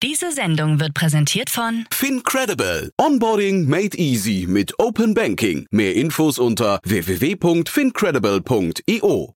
Diese Sendung wird präsentiert von FinCredible. Onboarding made easy mit Open Banking. Mehr Infos unter www.fincredible.io.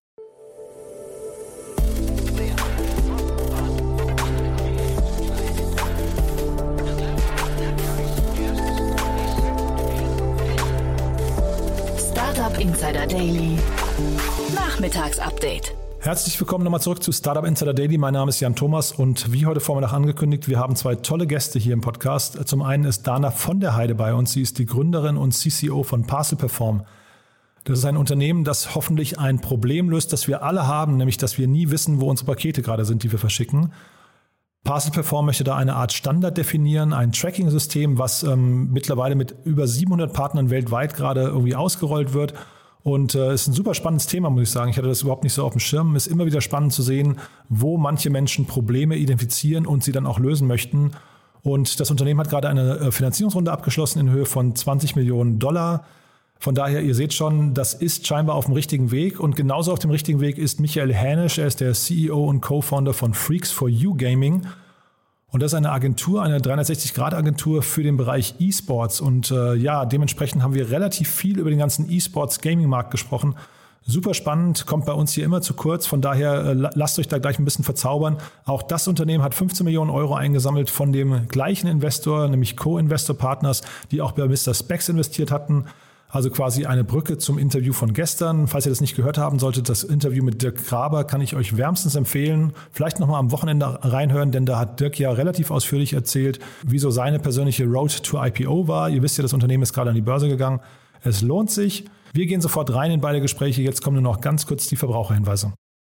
Startup Insider Daily. Nachmittagsupdate. Herzlich willkommen nochmal zurück zu Startup Insider Daily. Mein Name ist Jan Thomas und wie heute Vormittag angekündigt, wir haben zwei tolle Gäste hier im Podcast. Zum einen ist Dana von der Heide bei uns. Sie ist die Gründerin und CCO von Parcel Perform. Das ist ein Unternehmen, das hoffentlich ein Problem löst, das wir alle haben, nämlich dass wir nie wissen, wo unsere Pakete gerade sind, die wir verschicken. Parcel Perform möchte da eine Art Standard definieren, ein Tracking-System, was mittlerweile mit über 700 Partnern weltweit gerade irgendwie ausgerollt wird. Und ist ein super spannendes Thema, muss ich sagen. Ich hatte das überhaupt nicht so auf dem Schirm. Es ist immer wieder spannend zu sehen, wo manche Menschen Probleme identifizieren und sie dann auch lösen möchten. Und das Unternehmen hat gerade eine Finanzierungsrunde abgeschlossen in Höhe von $20 Millionen. Von daher, ihr seht schon, das ist scheinbar auf dem richtigen Weg. Und genauso auf dem richtigen Weg ist Michael Hänisch. Er ist der CEO und Co-Founder von Freaks4U Gaming. Und das ist eine Agentur, eine 360-Grad-Agentur für den Bereich E-Sports. Und dementsprechend haben wir relativ viel über den ganzen E-Sports-Gaming-Markt gesprochen. Super spannend, kommt bei uns hier immer zu kurz. Von daher lasst euch da gleich ein bisschen verzaubern. Auch das Unternehmen hat 15 Millionen Euro eingesammelt von dem gleichen Investor, nämlich Co-Investor Partners, die auch bei Mr. Specs investiert hatten. Also quasi eine Brücke zum Interview von gestern. Falls ihr das nicht gehört haben solltet, das Interview mit Dirk Graber kann ich euch wärmstens empfehlen. Vielleicht nochmal am Wochenende reinhören, denn da hat Dirk ja relativ ausführlich erzählt, wie so seine persönliche Road to IPO war. Ihr wisst ja, das Unternehmen ist gerade an die Börse gegangen. Es lohnt sich. Wir gehen sofort rein in beide Gespräche. Jetzt kommen nur noch ganz kurz die Verbraucherhinweise.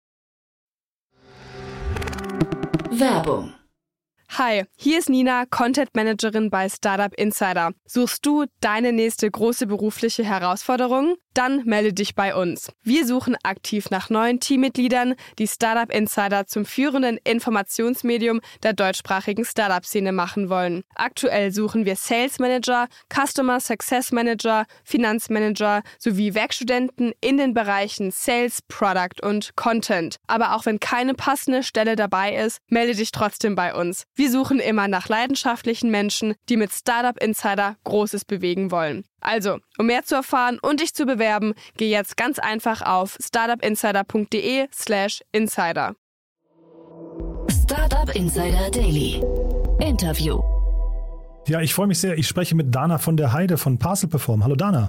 Werbung. Hi, hier ist Nina, Content Managerin bei Startup Insider. Suchst du deine nächste große berufliche Herausforderung? Dann melde dich bei uns. Wir suchen aktiv nach neuen Teammitgliedern, die Startup Insider zum führenden Informationsmedium der deutschsprachigen Startup-Szene machen wollen. Aktuell suchen wir Sales Manager, Customer Success Manager, Finanzmanager sowie Werkstudenten in den Bereichen Sales, Product und Content. Aber auch wenn keine passende Stelle dabei ist, melde dich trotzdem bei uns. Wir suchen immer nach leidenschaftlichen Menschen, die mit Startup Insider Großes bewegen wollen. Also, um mehr zu erfahren und dich zu bewerben, geh jetzt ganz einfach auf startupinsider.de/insider. Startup Insider Daily. Interview. Ja, ich freue mich sehr. Ich spreche mit Dana von der Heide von Parcel Perform. Hallo Dana.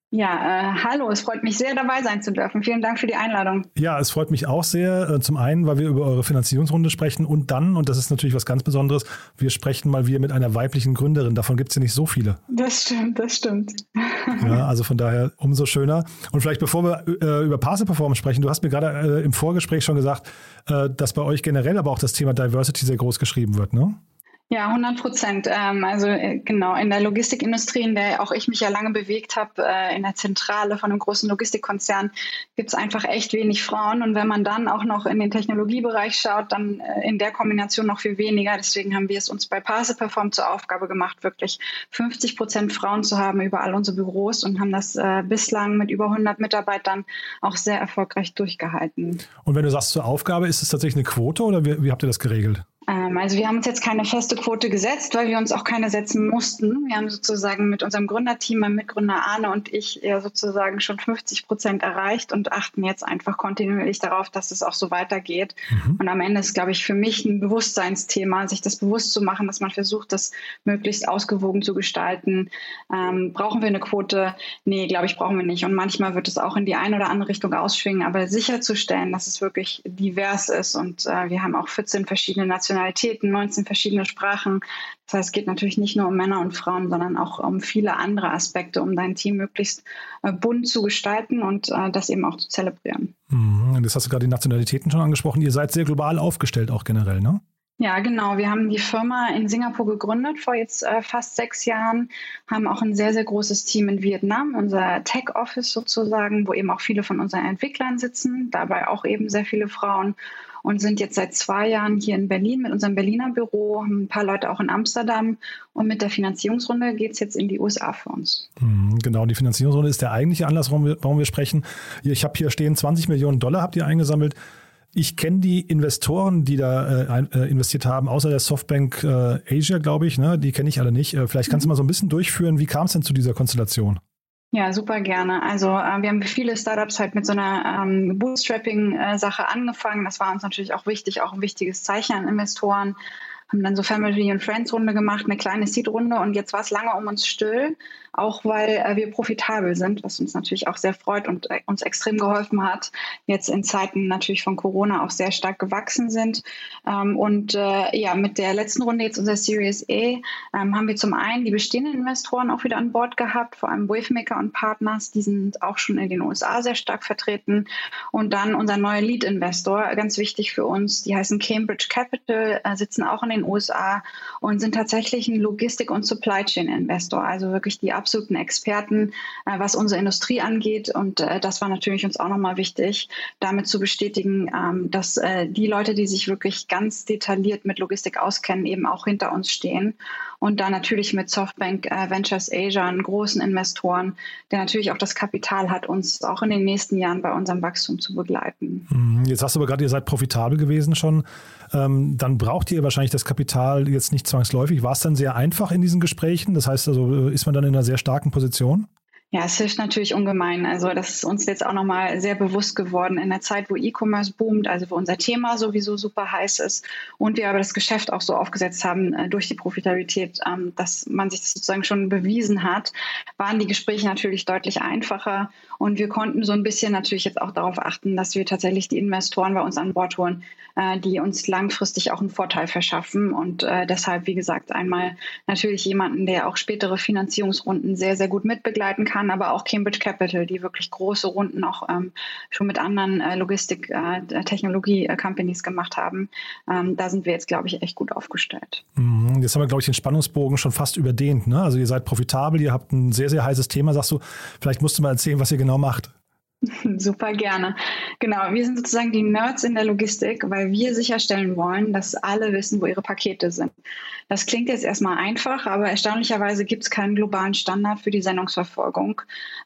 Ja, hallo, es freut mich sehr, dabei sein zu dürfen. Vielen Dank für die Einladung. Ja, es freut mich auch sehr. Zum einen, weil wir über eure Finanzierungsrunde sprechen und dann, und das ist natürlich was ganz Besonderes, wir sprechen mal wieder mit einer weiblichen Gründerin. Davon gibt es ja nicht so viele. Das stimmt. Ja, also von daher umso schöner. Und vielleicht bevor wir über Parcel Perform sprechen, du hast mir gerade im Vorgespräch schon gesagt, dass bei euch generell aber auch das Thema Diversity sehr groß geschrieben wird, ne? Ja, 100%. Genau, in der Logistikindustrie, in der auch ich mich ja lange bewegt habe, in der Zentrale von einem großen Logistikkonzern, gibt es einfach echt wenig Frauen. Und wenn man dann auch noch in den Technologiebereich schaut, dann in der Kombination noch viel weniger. Deswegen haben wir es uns bei Parcel Perform zur Aufgabe gemacht, wirklich 50% Frauen zu haben über all unsere Büros und haben das bislang mit über 100 Mitarbeitern auch sehr erfolgreich durchgehalten. Und wenn du sagst zur Aufgabe, ist es tatsächlich eine Quote oder wie habt ihr das geregelt? Also wir haben uns jetzt keine feste Quote gesetzt, weil wir uns auch keine setzen mussten. Wir haben sozusagen mit unserem Gründerteam, meinem Mitgründer Arne und ich ja sozusagen schon 50% erreicht und achten jetzt einfach kontinuierlich darauf, dass es auch so weitergeht. Und am Ende ist, glaube ich, für mich ein Bewusstseinsthema, sich das bewusst zu machen, dass man versucht, das möglichst ausgewogen zu gestalten. Brauchen wir eine Quote? Nee, glaube ich, brauchen wir nicht. Und manchmal wird es auch in die eine oder andere Richtung ausschwingen, aber sicherzustellen, dass es wirklich divers ist. Und wir haben auch 14 verschiedene Nationalitäten, 19 verschiedene Sprachen. Das heißt, es geht natürlich nicht nur um Männer und Frauen, sondern auch um viele andere Aspekte, um dein Team möglichst bunt zu gestalten und das eben auch zu zelebrieren. Das hast du gerade die Nationalitäten schon angesprochen. Ihr seid sehr global aufgestellt, auch generell, ne? Ja, genau. Wir haben die Firma in Singapur gegründet vor jetzt fast 6 Jahren, haben auch ein sehr, sehr großes Team in Vietnam, unser Tech-Office sozusagen, wo eben auch viele von unseren Entwicklern sitzen, dabei auch eben sehr viele Frauen. Und sind jetzt seit 2 Jahren hier in Berlin mit unserem Berliner Büro, haben ein paar Leute auch in Amsterdam. Und mit der Finanzierungsrunde geht es jetzt in die USA für uns. Genau, die Finanzierungsrunde ist der eigentliche Anlass, warum wir sprechen. Ich habe hier stehen, $20 Millionen habt ihr eingesammelt. Ich kenne die Investoren, die da investiert haben, außer der Softbank Asia, glaube ich, ne? Die kenne ich alle nicht. Vielleicht kannst du mal so ein bisschen durchführen, wie kam es denn zu dieser Konstellation? Ja, super gerne. Also wir haben viele Startups halt mit so einer Bootstrapping-Sache angefangen. Das war uns natürlich auch wichtig, auch ein wichtiges Zeichen an Investoren. Haben dann so Family and Friends Runde gemacht, eine kleine Seed-Runde und jetzt war es lange um uns still, auch weil wir profitabel sind, was uns natürlich auch sehr freut und uns extrem geholfen hat, jetzt in Zeiten natürlich von Corona auch sehr stark gewachsen sind. Mit der letzten Runde jetzt unserer Series A haben wir zum einen die bestehenden Investoren auch wieder an Bord gehabt, vor allem Wavemaker und Partners, die sind auch schon in den USA sehr stark vertreten und dann unser neuer Lead-Investor, ganz wichtig für uns, die heißen Cambridge Capital, sitzen auch in den USA und sind tatsächlich ein Logistik- und Supply Chain Investor, also wirklich die absoluten Experten, was unsere Industrie angeht. Und das war natürlich uns auch nochmal wichtig, damit zu bestätigen, dass die Leute, die sich wirklich ganz detailliert mit Logistik auskennen, eben auch hinter uns stehen. Und dann natürlich mit Softbank Ventures Asia, einen großen Investoren, der natürlich auch das Kapital hat, uns auch in den nächsten Jahren bei unserem Wachstum zu begleiten. Jetzt hast du aber gerade, ihr seid profitabel gewesen schon. Dann braucht ihr wahrscheinlich das Kapital jetzt nicht zwangsläufig. War es dann sehr einfach in diesen Gesprächen? Das heißt also, ist man dann in einer sehr starken Position? Ja, es hilft natürlich ungemein. Also das ist uns jetzt auch nochmal sehr bewusst geworden in der Zeit, wo E-Commerce boomt, also wo unser Thema sowieso super heiß ist und wir aber das Geschäft auch so aufgesetzt haben durch die Profitabilität, dass man sich das sozusagen schon bewiesen hat, waren die Gespräche natürlich deutlich einfacher und wir konnten so ein bisschen natürlich jetzt auch darauf achten, dass wir tatsächlich die Investoren bei uns an Bord holen, die uns langfristig auch einen Vorteil verschaffen und deshalb, wie gesagt, einmal natürlich jemanden, der auch spätere Finanzierungsrunden sehr, sehr gut mitbegleiten kann, aber auch Cambridge Capital, die wirklich große Runden auch schon mit anderen Logistik-Technologie-Companies gemacht haben. Da sind wir jetzt, glaube ich, echt gut aufgestellt. Jetzt haben wir, glaube ich, den Spannungsbogen schon fast überdehnt, ne? Also ihr seid profitabel, ihr habt ein sehr, sehr heißes Thema, sagst du. Vielleicht musst du mal erzählen, was ihr genau macht. Super gerne. Genau, wir sind sozusagen die Nerds in der Logistik, weil wir sicherstellen wollen, dass alle wissen, wo ihre Pakete sind. Das klingt jetzt erstmal einfach, aber erstaunlicherweise gibt es keinen globalen Standard für die Sendungsverfolgung.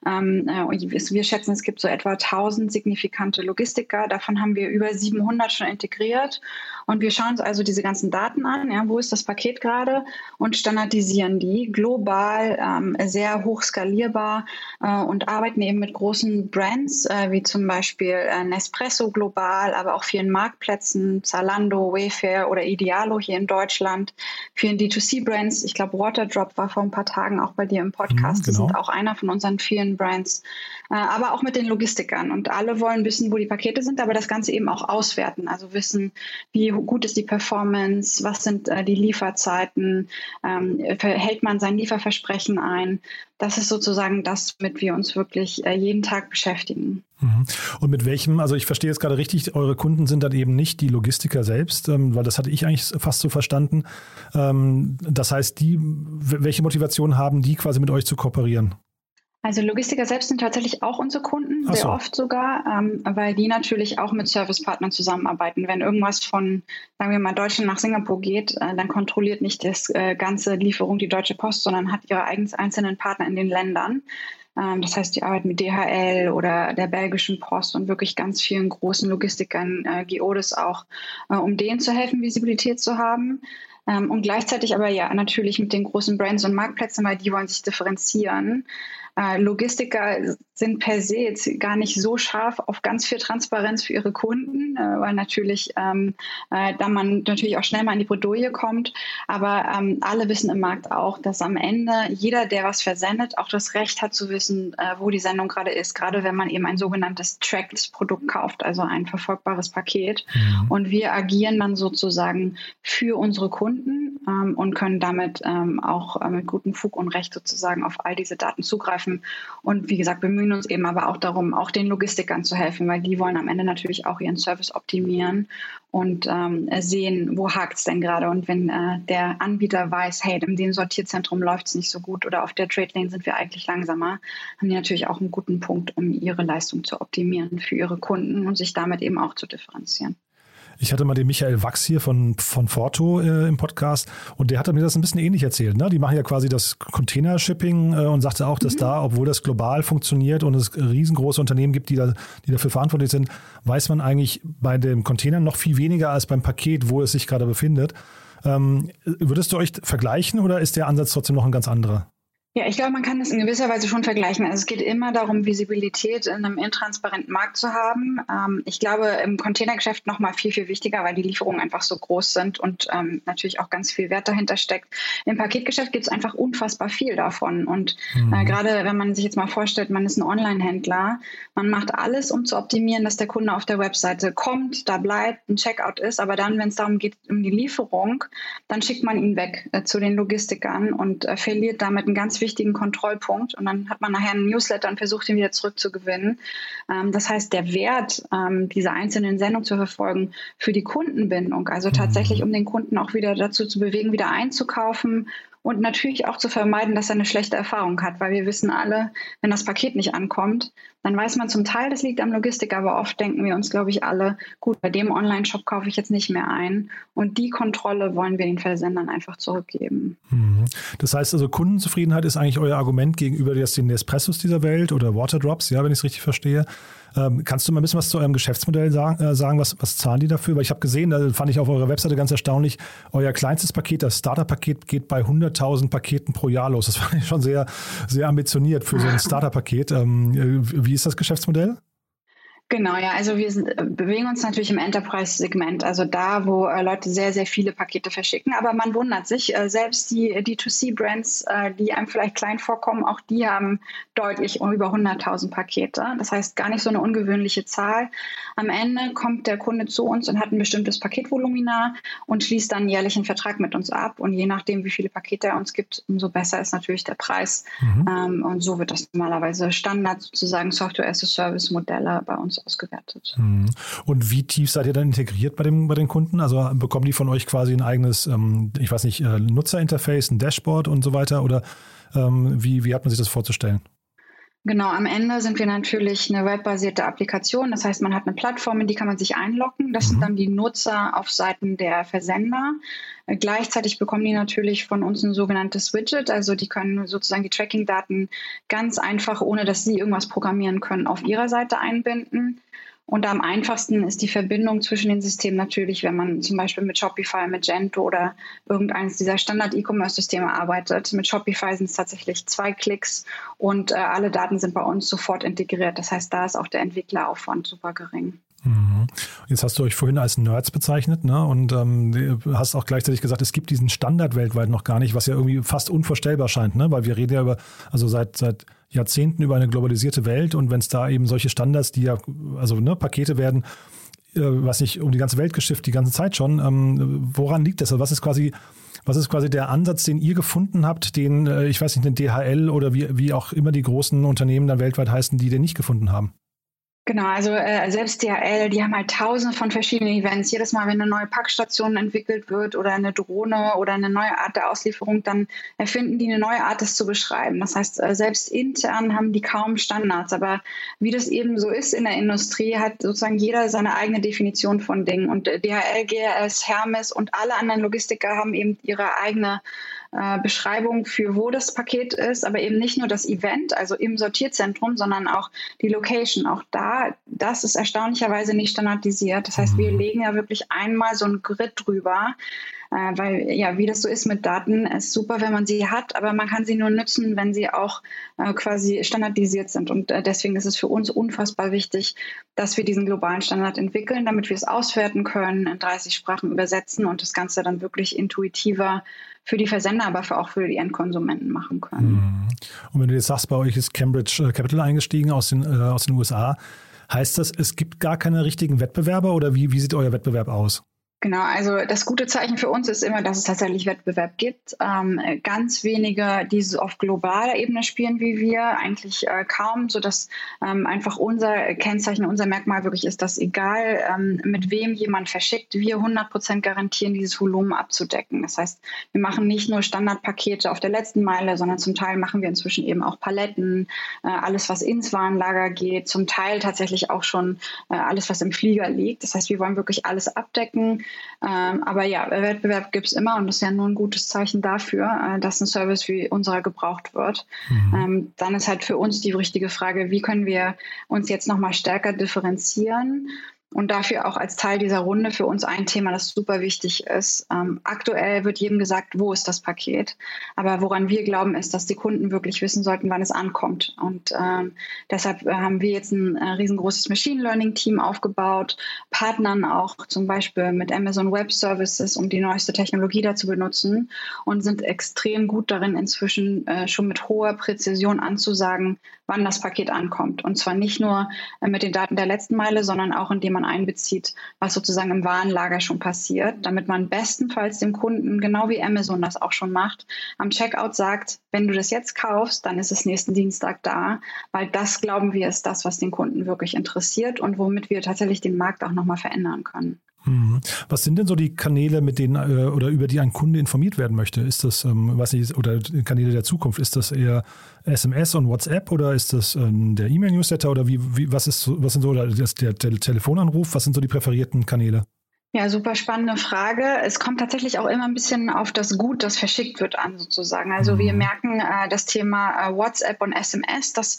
Wir schätzen, es gibt so etwa 1000 signifikante Logistiker. Davon haben wir über 700 schon integriert. Und wir schauen uns also diese ganzen Daten an, ja, wo ist das Paket gerade und standardisieren die global, sehr hoch skalierbar und arbeiten eben mit großen Brands, wie zum Beispiel Nespresso global, aber auch vielen Marktplätzen, Zalando, Wayfair oder Idealo hier in Deutschland, vielen D2C-Brands. Ich glaube, Waterdrop war vor ein paar Tagen auch bei dir im Podcast. Genau. Die sind auch einer von unseren vielen Brands, aber auch mit den Logistikern. Und alle wollen wissen, wo die Pakete sind, aber das Ganze eben auch auswerten, also wissen, wie gut ist die Performance, was sind die Lieferzeiten, hält man sein Lieferversprechen ein. Das ist sozusagen das, womit wir uns wirklich jeden Tag beschäftigen. Und mit welchem, also ich verstehe jetzt gerade richtig, eure Kunden sind dann eben nicht die Logistiker selbst, weil das hatte ich eigentlich fast so verstanden. Das heißt, welche Motivation haben die quasi mit euch zu kooperieren? Also Logistiker selbst sind tatsächlich auch unsere Kunden, sehr oft sogar, weil die natürlich auch mit Servicepartnern zusammenarbeiten. Wenn irgendwas von, sagen wir mal, Deutschland nach Singapur geht, dann kontrolliert nicht das ganze Lieferung die Deutsche Post, sondern hat ihre einzelnen Partner in den Ländern. Das heißt, die arbeiten mit DHL oder der belgischen Post und wirklich ganz vielen großen Logistikern, Geodis auch, um denen zu helfen, Visibilität zu haben. Und gleichzeitig aber ja natürlich mit den großen Brands und Marktplätzen, weil die wollen sich differenzieren. Logistiker sind per se jetzt gar nicht so scharf auf ganz viel Transparenz für ihre Kunden, weil natürlich, da man natürlich auch schnell mal in die Bredouille kommt. Aber alle wissen im Markt auch, dass am Ende jeder, der was versendet, auch das Recht hat zu wissen, wo die Sendung gerade ist. Gerade wenn man eben ein sogenanntes Tracked-Produkt kauft, also ein verfolgbares Paket. Und wir agieren dann sozusagen für unsere Kunden und können damit auch mit gutem Fug und Recht sozusagen auf all diese Daten zugreifen. Und wie gesagt, bemühen uns eben aber auch darum, auch den Logistikern zu helfen, weil die wollen am Ende natürlich auch ihren Service optimieren und sehen, wo hakt es denn gerade. Und wenn der Anbieter weiß, hey, in dem Sortierzentrum läuft es nicht so gut oder auf der Trade Lane sind wir eigentlich langsamer, haben die natürlich auch einen guten Punkt, um ihre Leistung zu optimieren für ihre Kunden und sich damit eben auch zu differenzieren. Ich hatte mal den Michael Wachs hier von Forto im Podcast und der hatte mir das ein bisschen ähnlich erzählt. Ne? Die machen ja quasi das Container-Shipping und sagte auch, dass da, obwohl das global funktioniert und es riesengroße Unternehmen gibt, die dafür verantwortlich sind, weiß man eigentlich bei dem Container noch viel weniger als beim Paket, wo es sich gerade befindet. Würdest du euch vergleichen oder ist der Ansatz trotzdem noch ein ganz anderer? Ja, ich glaube, man kann das in gewisser Weise schon vergleichen. Also es geht immer darum, Visibilität in einem intransparenten Markt zu haben. Ich glaube, im Containergeschäft noch mal viel, viel wichtiger, weil die Lieferungen einfach so groß sind und natürlich auch ganz viel Wert dahinter steckt. Im Paketgeschäft gibt es einfach unfassbar viel davon. Und gerade wenn man sich jetzt mal vorstellt, man ist ein Online-Händler, man macht alles, um zu optimieren, dass der Kunde auf der Webseite kommt, da bleibt, ein Checkout ist. Aber dann, wenn es darum geht, um die Lieferung, dann schickt man ihn weg zu den Logistikern und verliert damit einen ganz wichtigen Kontrollpunkt und dann hat man nachher einen Newsletter und versucht, ihn wieder zurückzugewinnen. Das heißt, der Wert dieser einzelnen Sendung zu verfolgen für die Kundenbindung, also tatsächlich, um den Kunden auch wieder dazu zu bewegen, wieder einzukaufen und natürlich auch zu vermeiden, dass er eine schlechte Erfahrung hat, weil wir wissen alle, wenn das Paket nicht ankommt, dann weiß man zum Teil, das liegt am Logistik, aber oft denken wir uns, glaube ich, alle, gut, bei dem Online-Shop kaufe ich jetzt nicht mehr ein und die Kontrolle wollen wir den Versendern einfach zurückgeben. Das heißt also, Kundenzufriedenheit ist eigentlich euer Argument gegenüber den Nespressos dieser Welt oder Waterdrops, ja, wenn ich es richtig verstehe. Kannst du mal ein bisschen was zu eurem Geschäftsmodell sagen? Was zahlen die dafür? Weil ich habe gesehen, da fand ich auf eurer Webseite ganz erstaunlich, euer kleinstes Paket, das Starter-Paket, geht bei 100.000 Paketen pro Jahr los. Das fand ich schon sehr, sehr ambitioniert für so ein Starter-Paket. Wie ist das Geschäftsmodell? Genau, ja, also wir bewegen uns natürlich im Enterprise-Segment, also da, wo Leute sehr, sehr viele Pakete verschicken. Aber man wundert sich, selbst die D2C-Brands, die einem vielleicht klein vorkommen, auch die haben deutlich über 100.000 Pakete. Das heißt, gar nicht so eine ungewöhnliche Zahl. Am Ende kommt der Kunde zu uns und hat ein bestimmtes Paketvolumina und schließt dann jährlich einen Vertrag mit uns ab. Und je nachdem, wie viele Pakete er uns gibt, umso besser ist natürlich der Preis. Und so wird das normalerweise Standard, sozusagen Software-as-a-Service-Modelle bei uns ausgewertet. Und wie tief seid ihr dann integriert bei den Kunden? Also bekommen die von euch quasi ein eigenes, ich weiß nicht, Nutzerinterface, ein Dashboard und so weiter? Oder wie hat man sich das vorzustellen? Genau, am Ende sind wir natürlich eine webbasierte Applikation. Das heißt, man hat eine Plattform, in die kann man sich einloggen. Das sind dann die Nutzer auf Seiten der Versender. Gleichzeitig bekommen die natürlich von uns ein sogenanntes Widget. Also die können sozusagen die Tracking-Daten ganz einfach, ohne dass sie irgendwas programmieren können, auf ihrer Seite einbinden. Und am einfachsten ist die Verbindung zwischen den Systemen natürlich, wenn man zum Beispiel mit Shopify, Magento oder irgendeines dieser Standard-E-Commerce-Systeme arbeitet. Mit Shopify sind es tatsächlich 2 Klicks und alle Daten sind bei uns sofort integriert. Das heißt, da ist auch der Entwickleraufwand super gering. Jetzt hast du euch vorhin als Nerds bezeichnet, ne? Und hast auch gleichzeitig gesagt, es gibt diesen Standard weltweit noch gar nicht, was ja irgendwie fast unvorstellbar scheint, ne? Weil wir reden ja seit Jahrzehnten über eine globalisierte Welt und wenn es da eben solche Standards, die ja, also Pakete werden, was nicht um die ganze Welt geschifft, die ganze Zeit schon, woran liegt das? Also was ist quasi der Ansatz, den ihr gefunden habt, den, ich weiß nicht, den DHL oder wie auch immer die großen Unternehmen dann weltweit heißen, die den nicht gefunden haben? Genau, also selbst DHL, die haben halt tausende von verschiedenen Events. Jedes Mal, wenn eine neue Packstation entwickelt wird oder eine Drohne oder eine neue Art der Auslieferung, dann erfinden die eine neue Art, das zu beschreiben. Das heißt, selbst intern haben die kaum Standards. Aber wie das eben so ist in der Industrie, hat sozusagen jeder seine eigene Definition von Dingen. Und DHL, GLS, Hermes und alle anderen Logistiker haben eben ihre eigene Beschreibung für wo das Paket ist, aber eben nicht nur das Event, also im Sortierzentrum, sondern auch die Location. Auch das ist erstaunlicherweise nicht standardisiert. Das heißt, wir legen ja wirklich einmal so ein Grid drüber, weil ja, wie das so ist mit Daten, ist super, wenn man sie hat, aber man kann sie nur nutzen, wenn sie auch quasi standardisiert sind. Und deswegen ist es für uns unfassbar wichtig, dass wir diesen globalen Standard entwickeln, damit wir es auswerten können, in 30 Sprachen übersetzen und das Ganze dann wirklich intuitiver für die Versender, aber auch für die Endkonsumenten machen können. Und wenn du jetzt sagst, bei euch ist Cambridge Capital eingestiegen aus den USA, heißt das, es gibt gar keine richtigen Wettbewerber oder wie sieht euer Wettbewerb aus? Genau, also das gute Zeichen für uns ist immer, dass es tatsächlich Wettbewerb gibt. Ganz wenige, die so auf globaler Ebene spielen wie wir, eigentlich kaum, sodass einfach unser Kennzeichen, unser Merkmal wirklich ist, dass egal mit wem jemand verschickt, wir 100% garantieren, dieses Volumen abzudecken. Das heißt, wir machen nicht nur Standardpakete auf der letzten Meile, sondern zum Teil machen wir inzwischen eben auch Paletten, alles, was ins Warenlager geht, zum Teil tatsächlich auch schon alles, was im Flieger liegt. Das heißt, wir wollen wirklich alles abdecken. Aber ja, Wettbewerb gibt es immer und das ist ja nur ein gutes Zeichen dafür, dass ein Service wie unserer gebraucht wird. Dann ist halt für uns die richtige Frage, wie können wir uns jetzt nochmal stärker differenzieren? Und dafür auch als Teil dieser Runde für uns ein Thema, das super wichtig ist. Aktuell wird jedem gesagt, wo ist das Paket? Aber woran wir glauben, ist, dass die Kunden wirklich wissen sollten, wann es ankommt. Und deshalb haben wir jetzt ein riesengroßes Machine Learning Team aufgebaut, partnern auch zum Beispiel mit Amazon Web Services, um die neueste Technologie dazu benutzen und sind extrem gut darin, inzwischen schon mit hoher Präzision anzusagen, wann das Paket ankommt. Und zwar nicht nur mit den Daten der letzten Meile, sondern auch indem man einbezieht, was sozusagen im Warenlager schon passiert, damit man bestenfalls dem Kunden, genau wie Amazon das auch schon macht, am Checkout sagt, wenn du das jetzt kaufst, dann ist es nächsten Dienstag da, weil das, glauben wir, ist das, was den Kunden wirklich interessiert und womit wir tatsächlich den Markt auch nochmal verändern können. Was sind denn so die Kanäle, mit denen oder über die ein Kunde informiert werden möchte? Ist das, weiß nicht, oder Kanäle der Zukunft? Ist das eher SMS und WhatsApp oder ist das der E-Mail-Newsletter oder was sind so, oder der Telefonanruf? Was sind so die präferierten Kanäle? Ja, super spannende Frage. Es kommt tatsächlich auch immer ein bisschen auf das Gut, das verschickt wird, an sozusagen. Also wir merken, das Thema WhatsApp und SMS, das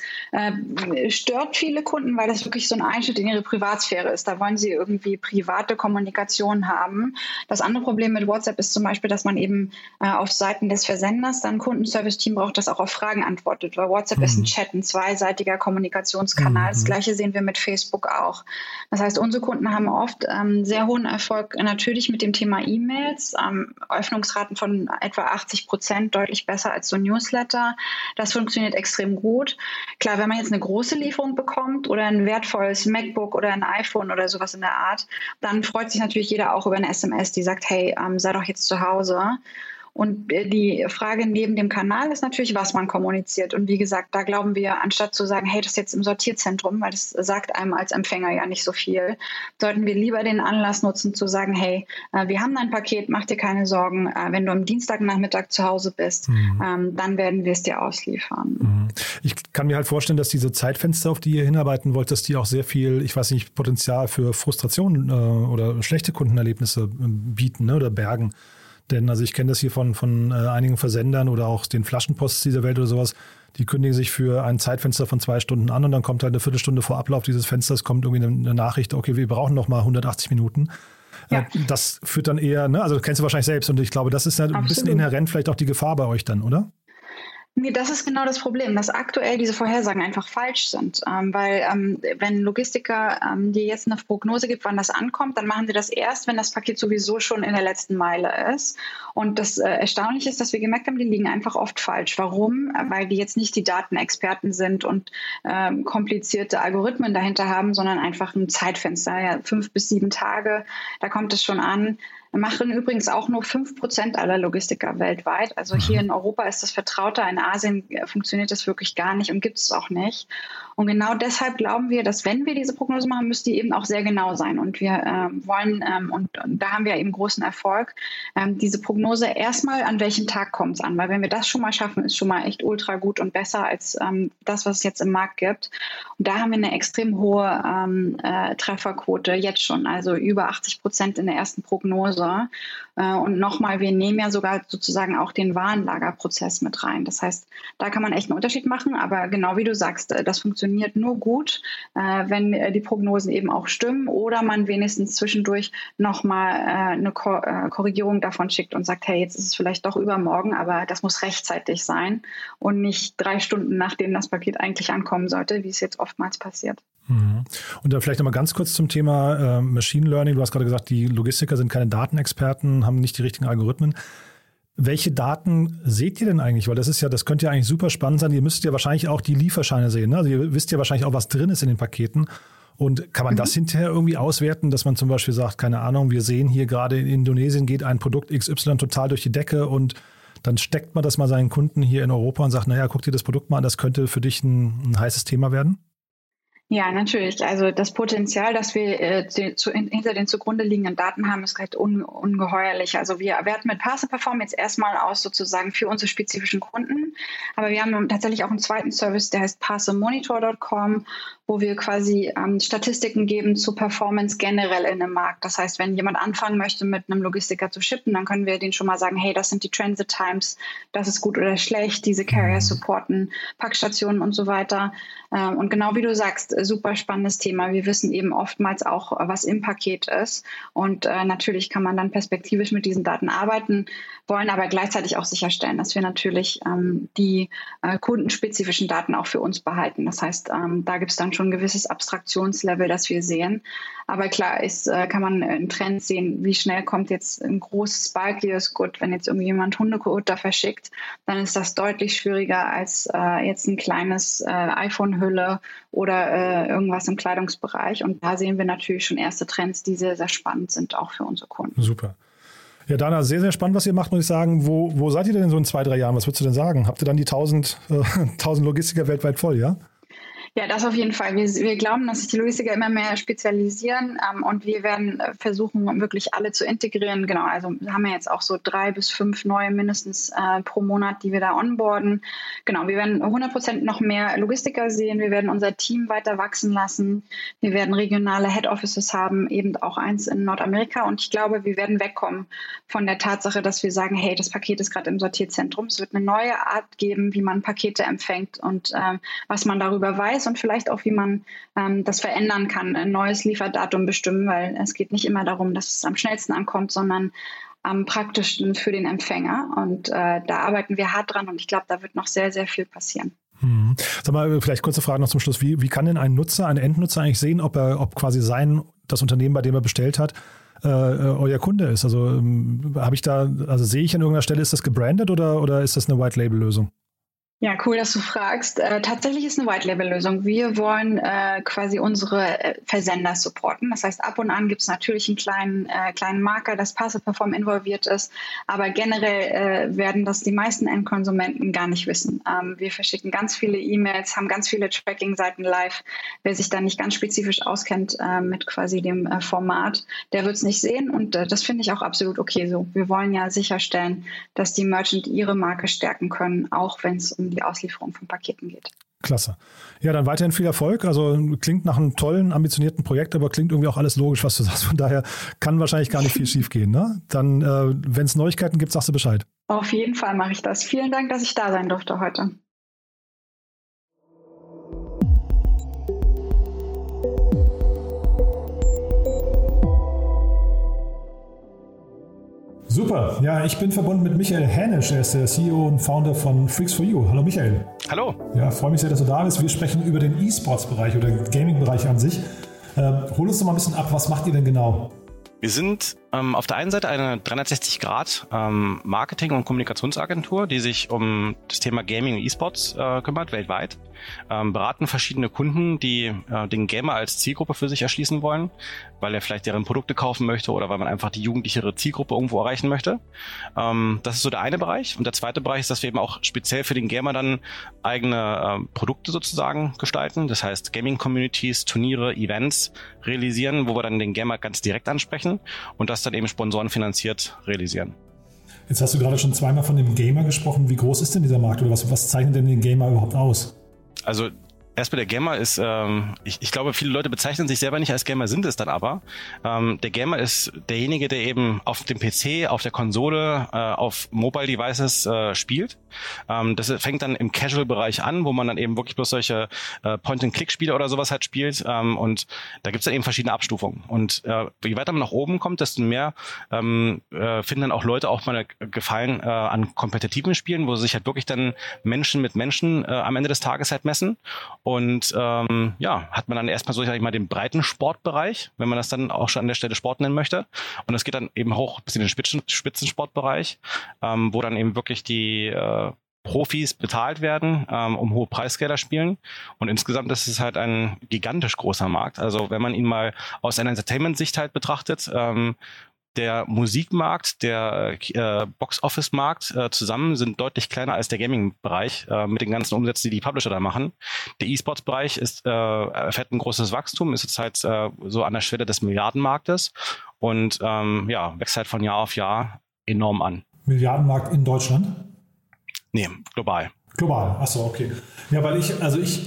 stört viele Kunden, weil das wirklich so ein Einschnitt in ihre Privatsphäre ist. Da wollen sie irgendwie private Kommunikation haben. Das andere Problem mit WhatsApp ist zum Beispiel, dass man eben auf Seiten des Versenders dann ein Kundenservice-Team braucht, das auch auf Fragen antwortet, weil WhatsApp ist ein Chat, ein zweiseitiger Kommunikationskanal. Das Gleiche sehen wir mit Facebook auch. Das heißt, unsere Kunden haben oft sehr hohen Erfolg natürlich mit dem Thema E-Mails, Öffnungsraten von etwa 80%, deutlich besser als so Newsletter. Das funktioniert extrem gut. Klar, wenn man jetzt eine große Lieferung bekommt oder ein wertvolles MacBook oder ein iPhone oder sowas in der Art, dann freut sich natürlich jeder auch über eine SMS, die sagt, hey, sei doch jetzt zu Hause. Und die Frage neben dem Kanal ist natürlich, was man kommuniziert. Und wie gesagt, da glauben wir, anstatt zu sagen, hey, das ist jetzt im Sortierzentrum, weil das sagt einem als Empfänger ja nicht so viel, sollten wir lieber den Anlass nutzen, zu sagen, hey, wir haben dein Paket, mach dir keine Sorgen. Wenn du am Dienstagnachmittag zu Hause bist, dann werden wir es dir ausliefern. Ich kann mir halt vorstellen, dass diese Zeitfenster, auf die ihr hinarbeiten wollt, dass die auch sehr viel, ich weiß nicht, Potenzial für Frustration oder schlechte Kundenerlebnisse bieten, ne, oder bergen. Denn also ich kenne das hier von einigen Versendern oder auch den Flaschenposts dieser Welt oder sowas, die kündigen sich für ein Zeitfenster von 2 Stunden an und dann kommt halt eine Viertelstunde vor Ablauf dieses Fensters, kommt irgendwie eine Nachricht, okay, wir brauchen noch mal 180 Minuten. Ja. Das führt dann eher, ne, also kennst du wahrscheinlich selbst und ich glaube, das ist ein bisschen inhärent vielleicht auch die Gefahr bei euch dann, oder? Nee, das ist genau das Problem, dass aktuell diese Vorhersagen einfach falsch sind. Weil wenn Logistiker dir jetzt eine Prognose gibt, wann das ankommt, dann machen sie das erst, wenn das Paket sowieso schon in der letzten Meile ist. Und das Erstaunliche ist, dass wir gemerkt haben, die liegen einfach oft falsch. Warum? Weil die jetzt nicht die Datenexperten sind und komplizierte Algorithmen dahinter haben, sondern einfach ein Zeitfenster, ja, 5 bis 7 Tage, da kommt es schon an. Machen übrigens auch nur 5% aller Logistiker weltweit. Also hier in Europa ist das vertrauter, in Asien funktioniert das wirklich gar nicht und gibt es auch nicht. Und genau deshalb glauben wir, dass wenn wir diese Prognose machen, müsste die eben auch sehr genau sein. Und wir wollen, und da haben wir eben großen Erfolg, diese Prognose erstmal, an welchem Tag kommt es an. Weil wenn wir das schon mal schaffen, ist schon mal echt ultra gut und besser als das, was es jetzt im Markt gibt. Und da haben wir eine extrem hohe Trefferquote jetzt schon, also über 80% in der ersten Prognose. Und nochmal, wir nehmen ja sogar sozusagen auch den Warenlagerprozess mit rein. Das heißt, da kann man echt einen Unterschied machen. Aber genau wie du sagst, das funktioniert nur gut, wenn die Prognosen eben auch stimmen oder man wenigstens zwischendurch nochmal eine Korrigierung davon schickt und sagt, hey, jetzt ist es vielleicht doch übermorgen, aber das muss rechtzeitig sein und nicht 3 Stunden, nachdem das Paket eigentlich ankommen sollte, wie es jetzt oftmals passiert. Und dann vielleicht nochmal ganz kurz zum Thema Machine Learning. Du hast gerade gesagt, die Logistiker sind keine Datenexperten, haben nicht die richtigen Algorithmen. Welche Daten seht ihr denn eigentlich? Weil das könnte ja eigentlich super spannend sein. Ihr müsst ja wahrscheinlich auch die Lieferscheine sehen, ne? Also ihr wisst ja wahrscheinlich auch, was drin ist in den Paketen. Und kann man das hinterher irgendwie auswerten, dass man zum Beispiel sagt, keine Ahnung, wir sehen hier gerade in Indonesien geht ein Produkt XY total durch die Decke und dann steckt man das mal seinen Kunden hier in Europa und sagt, naja, guck dir das Produkt mal an, das könnte für dich ein heißes Thema werden? Ja, natürlich. Also das Potenzial, das wir hinter den zugrunde liegenden Daten haben, ist halt ungeheuerlich. Also wir werten mit Parcel Perform jetzt erstmal aus sozusagen für unsere spezifischen Kunden. Aber wir haben tatsächlich auch einen zweiten Service, der heißt parcelmonitor.com, wo wir quasi Statistiken geben zu Performance generell in dem Markt. Das heißt, wenn jemand anfangen möchte, mit einem Logistiker zu shippen, dann können wir denen schon mal sagen, hey, das sind die Transit Times, das ist gut oder schlecht, diese Carrier supporten, Packstationen und so weiter. Und genau wie du sagst, super spannendes Thema. Wir wissen eben oftmals auch, was im Paket ist. Und natürlich kann man dann perspektivisch mit diesen Daten arbeiten, wollen aber gleichzeitig auch sicherstellen, dass wir natürlich die kundenspezifischen Daten auch für uns behalten. Das heißt, da gibt es dann schon ein gewisses Abstraktionslevel, das wir sehen. Aber klar kann man einen Trend sehen, wie schnell kommt jetzt ein großes bulkiges Gut. Wenn jetzt irgendjemand Hundefutter verschickt, dann ist das deutlich schwieriger als jetzt ein kleines iPhone-Hülle oder irgendwas im Kleidungsbereich. Und da sehen wir natürlich schon erste Trends, die sehr, sehr spannend sind, auch für unsere Kunden. Super. Ja, Dana, sehr, sehr spannend, was ihr macht, muss ich sagen. Wo seid ihr denn so in 2-3 Jahren? Was würdest du denn sagen? Habt ihr dann die 1000 Logistiker weltweit voll, ja? Ja, das auf jeden Fall. Wir glauben, dass sich die Logistiker immer mehr spezialisieren und wir werden versuchen, wirklich alle zu integrieren. Genau, also wir haben ja jetzt auch so 3 bis 5 neue mindestens pro Monat, die wir da onboarden. Genau, wir werden 100% noch mehr Logistiker sehen. Wir werden unser Team weiter wachsen lassen. Wir werden regionale Head Offices haben, eben auch eins in Nordamerika. Und ich glaube, wir werden wegkommen von der Tatsache, dass wir sagen, hey, das Paket ist gerade im Sortierzentrum. Es wird eine neue Art geben, wie man Pakete empfängt und was man darüber weiß. Und vielleicht auch, wie man das verändern kann, ein neues Lieferdatum bestimmen, weil es geht nicht immer darum, dass es am schnellsten ankommt, sondern am praktischsten für den Empfänger. Und da arbeiten wir hart dran und ich glaube, da wird noch sehr, sehr viel passieren. Sag mal, vielleicht kurze Frage noch zum Schluss. Wie kann denn ein Endnutzer eigentlich sehen, ob quasi das Unternehmen, bei dem er bestellt hat, euer Kunde ist? Also sehe ich an irgendeiner Stelle, ist das gebrandet oder ist das eine White-Label-Lösung? Ja, cool, dass du fragst. Tatsächlich ist eine White-Label-Lösung. Wir wollen quasi unsere Versender supporten. Das heißt, ab und an gibt es natürlich einen kleinen Marker, dass Parcel Perform involviert ist. Aber generell werden das die meisten Endkonsumenten gar nicht wissen. Wir verschicken ganz viele E-Mails, haben ganz viele Tracking-Seiten live. Wer sich da nicht ganz spezifisch auskennt mit quasi dem Format, der wird es nicht sehen. Und das finde ich auch absolut okay so. Wir wollen ja sicherstellen, dass die Merchant ihre Marke stärken können, auch wenn es um die Auslieferung von Paketen geht. Klasse. Ja, dann weiterhin viel Erfolg. Also klingt nach einem tollen, ambitionierten Projekt, aber klingt irgendwie auch alles logisch, was du sagst. Von daher kann wahrscheinlich gar nicht viel schief gehen. Ne? Dann, wenn es Neuigkeiten gibt, sagst du Bescheid. Auf jeden Fall mache ich das. Vielen Dank, dass ich da sein durfte heute. Super. Ja, ich bin verbunden mit Michael Hänisch. Er ist der CEO und Founder von Freaks4U. Hallo Michael. Hallo. Ja, freue mich sehr, dass du da bist. Wir sprechen über den E-Sports-Bereich oder den Gaming-Bereich an sich. Hol uns doch mal ein bisschen ab. Was macht ihr denn genau? Wir sind auf der einen Seite eine 360-Grad-Marketing- und Kommunikationsagentur, die sich um das Thema Gaming und E-Sports kümmert, weltweit. Beraten verschiedene Kunden, die den Gamer als Zielgruppe für sich erschließen wollen, weil er vielleicht deren Produkte kaufen möchte oder weil man einfach die jugendlichere Zielgruppe irgendwo erreichen möchte. Das ist so der eine Bereich. Und der zweite Bereich ist, dass wir eben auch speziell für den Gamer dann eigene Produkte sozusagen gestalten. Das heißt Gaming-Communities, Turniere, Events realisieren, wo wir dann den Gamer ganz direkt ansprechen und das dann eben sponsorenfinanziert realisieren. Jetzt hast du gerade schon zweimal von dem Gamer gesprochen. Wie groß ist denn dieser Markt oder was zeichnet denn den Gamer überhaupt aus? Also erstmal der Gamer ist, ich glaube, viele Leute bezeichnen sich selber nicht als Gamer, sind es dann aber. Der Gamer ist derjenige, der eben auf dem PC, auf der Konsole, auf Mobile Devices spielt. Das fängt dann im Casual-Bereich an, wo man dann eben wirklich bloß solche Point-and-Click-Spiele oder sowas halt spielt. Und da gibt es dann eben verschiedene Abstufungen. Und je weiter man nach oben kommt, desto mehr finden dann auch Leute auch mal Gefallen an kompetitiven Spielen, wo sich halt wirklich dann Menschen mit Menschen am Ende des Tages halt messen. Und hat man dann erstmal so, sag ich mal, den breiten Sportbereich, wenn man das dann auch schon an der Stelle Sport nennen möchte. Und das geht dann eben hoch bis in den Spitzensportbereich, wo dann eben wirklich die Profis bezahlt werden, um hohe Preisgelder spielen. Und insgesamt ist es halt ein gigantisch großer Markt. Also wenn man ihn mal aus einer Entertainment-Sicht halt betrachtet, der Musikmarkt, der Box-Office-Markt zusammen sind deutlich kleiner als der Gaming-Bereich mit den ganzen Umsätzen, die Publisher da machen. Der E-Sports-Bereich erfährt ein großes Wachstum, ist jetzt halt so an der Schwelle des Milliardenmarktes und wächst halt von Jahr auf Jahr enorm an. Milliardenmarkt in Deutschland? Nee, global. Global, achso, okay. Ja, weil ich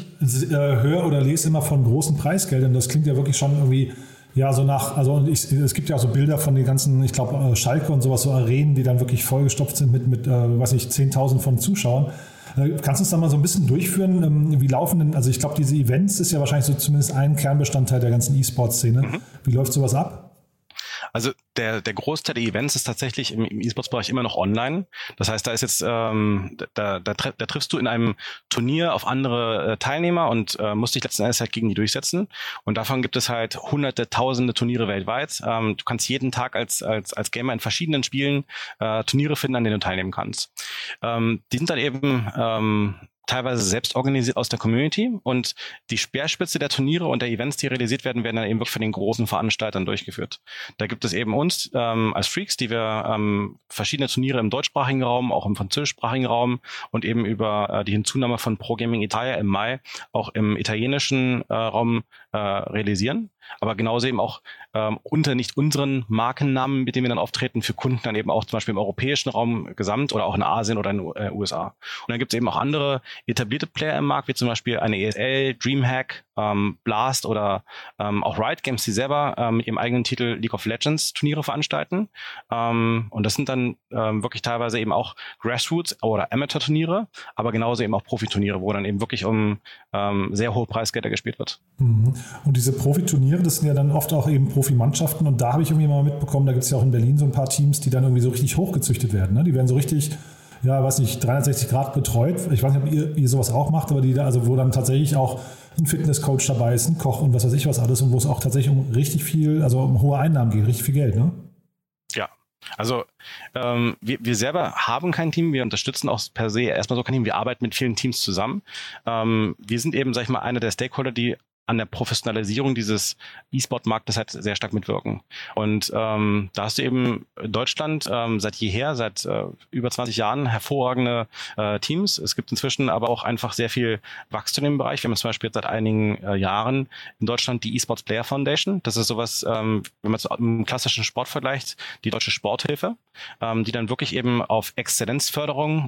höre oder lese immer von großen Preisgeldern. Das klingt ja wirklich schon irgendwie, ja, so nach, es gibt ja auch so Bilder von den ganzen, ich glaube, Schalke und sowas, so Arenen, die dann wirklich vollgestopft sind mit 10.000 von Zuschauern. Kannst du uns da mal so ein bisschen durchführen? Wie laufen denn, also ich glaube, diese Events ist ja wahrscheinlich so zumindest ein Kernbestandteil der ganzen E-Sport-Szene. Mhm. Wie läuft sowas ab? Also der Großteil der Events ist tatsächlich im E-Sports-Bereich immer noch online. Das heißt, da ist jetzt da triffst du in einem Turnier auf andere Teilnehmer und musst dich letzten Endes halt gegen die durchsetzen. Und davon gibt es halt hunderte, tausende Turniere weltweit. Du kannst jeden Tag als Gamer in verschiedenen Spielen Turniere finden, an denen du teilnehmen kannst. Die sind dann eben teilweise selbst organisiert aus der Community und die Speerspitze der Turniere und der Events, die realisiert werden, werden dann eben wirklich von den großen Veranstaltern durchgeführt. Da gibt es eben uns als Freaks, die wir verschiedene Turniere im deutschsprachigen Raum, auch im französischsprachigen Raum und eben über die Hinzunahme von Pro Gaming Italia im Mai auch im italienischen Raum realisieren. Aber genauso eben auch unter nicht unseren Markennamen, mit denen wir dann auftreten, für Kunden dann eben auch zum Beispiel im europäischen Raum gesamt oder auch in Asien oder in den USA. Und dann gibt es eben auch andere etablierte Player im Markt, wie zum Beispiel eine ESL, Dreamhack, Blast oder auch Riot Games, die selber mit ihrem eigenen Titel League of Legends Turniere veranstalten. Und das sind dann wirklich teilweise eben auch Grassroots oder Amateur-Turniere, aber genauso eben auch Profiturniere, wo dann eben wirklich um sehr hohe Preisgelder gespielt wird. Mhm. Und diese Profiturniere, das sind ja dann oft auch eben Profimannschaften und da habe ich irgendwie mal mitbekommen, da gibt es ja auch in Berlin so ein paar Teams, die dann irgendwie so richtig hochgezüchtet werden. Ne? Die werden so richtig, ja, weiß nicht, 360 Grad betreut. Ich weiß nicht, ob ihr sowas auch macht, aber die da, also wo dann tatsächlich auch ein Fitnesscoach dabei ist, ein Koch und was weiß ich was alles und wo es auch tatsächlich um richtig viel, also um hohe Einnahmen geht, richtig viel Geld, ne? Ja. Also wir selber haben kein Team, wir unterstützen auch per se erstmal so kein Team, wir arbeiten mit vielen Teams zusammen. Wir sind eben, sag ich mal, einer der Stakeholder, die an der Professionalisierung dieses E-Sport-Marktes halt sehr stark mitwirken. Und da hast du eben in Deutschland seit jeher, seit über 20 Jahren hervorragende Teams. Es gibt inzwischen aber auch einfach sehr viel Wachstum im Bereich. Wir haben zum Beispiel seit einigen Jahren in Deutschland die E-Sports Player Foundation. Das ist sowas, wenn man es im klassischen Sport vergleicht, die Deutsche Sporthilfe, die dann wirklich eben auf Exzellenzförderung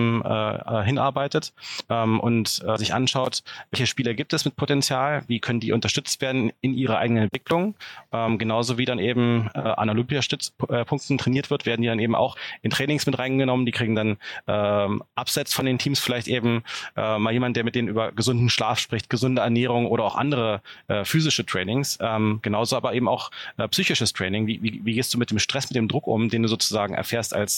hinarbeitet und sich anschaut, welche Spieler gibt es mit Potenzial, wie können die unterstützt werden in ihrer eigenen Entwicklung. Genauso wie dann eben an Olympiastützpunkten trainiert wird, werden die dann eben auch in Trainings mit reingenommen. Die kriegen dann abseits von den Teams vielleicht eben mal jemand, der mit denen über gesunden Schlaf spricht, gesunde Ernährung oder auch andere physische Trainings. Genauso aber eben auch psychisches Training. Wie gehst du mit dem Stress, mit dem Druck um, den du sozusagen erfährst als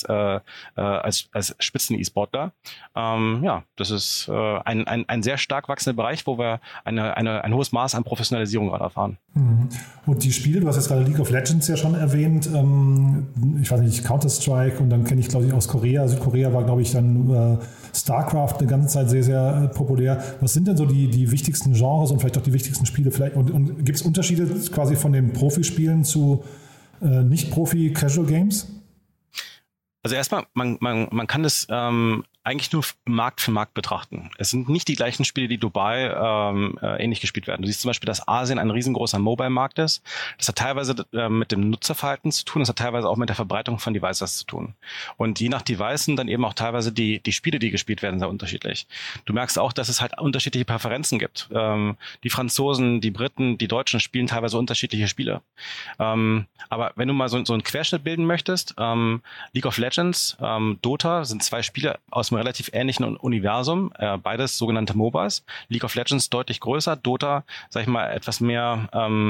Spitzen-E-Sportler? Das ist ein sehr stark wachsender Bereich, wo wir ein hohes Maß an Professionalisierung gerade erfahren. Und die Spiele, du hast jetzt gerade League of Legends ja schon erwähnt, ich weiß nicht, Counter-Strike und dann kenne ich, glaube ich, aus Korea, Südkorea war, glaube ich, dann StarCraft eine ganze Zeit sehr, sehr populär. Was sind denn so die wichtigsten Genres und vielleicht auch die wichtigsten Spiele? Und gibt es Unterschiede quasi von den Profispielen zu Nicht-Profi-Casual-Games? Also erstmal, man kann das eigentlich nur Markt für Markt betrachten. Es sind nicht die gleichen Spiele, die global ähnlich gespielt werden. Du siehst zum Beispiel, dass Asien ein riesengroßer Mobile-Markt ist. Das hat teilweise mit dem Nutzerverhalten zu tun, das hat teilweise auch mit der Verbreitung von Devices zu tun. Und je nach Device sind dann eben auch teilweise die Spiele, die gespielt werden, sehr unterschiedlich. Du merkst auch, dass es halt unterschiedliche Präferenzen gibt. Die Franzosen, die Briten, die Deutschen spielen teilweise unterschiedliche Spiele. Aber wenn du mal so einen Querschnitt bilden möchtest, League of Legends, Dota sind zwei Spiele aus einem relativ ähnlichen Universum, beides sogenannte MOBAs. League of Legends deutlich größer, Dota, sag ich mal, etwas mehr,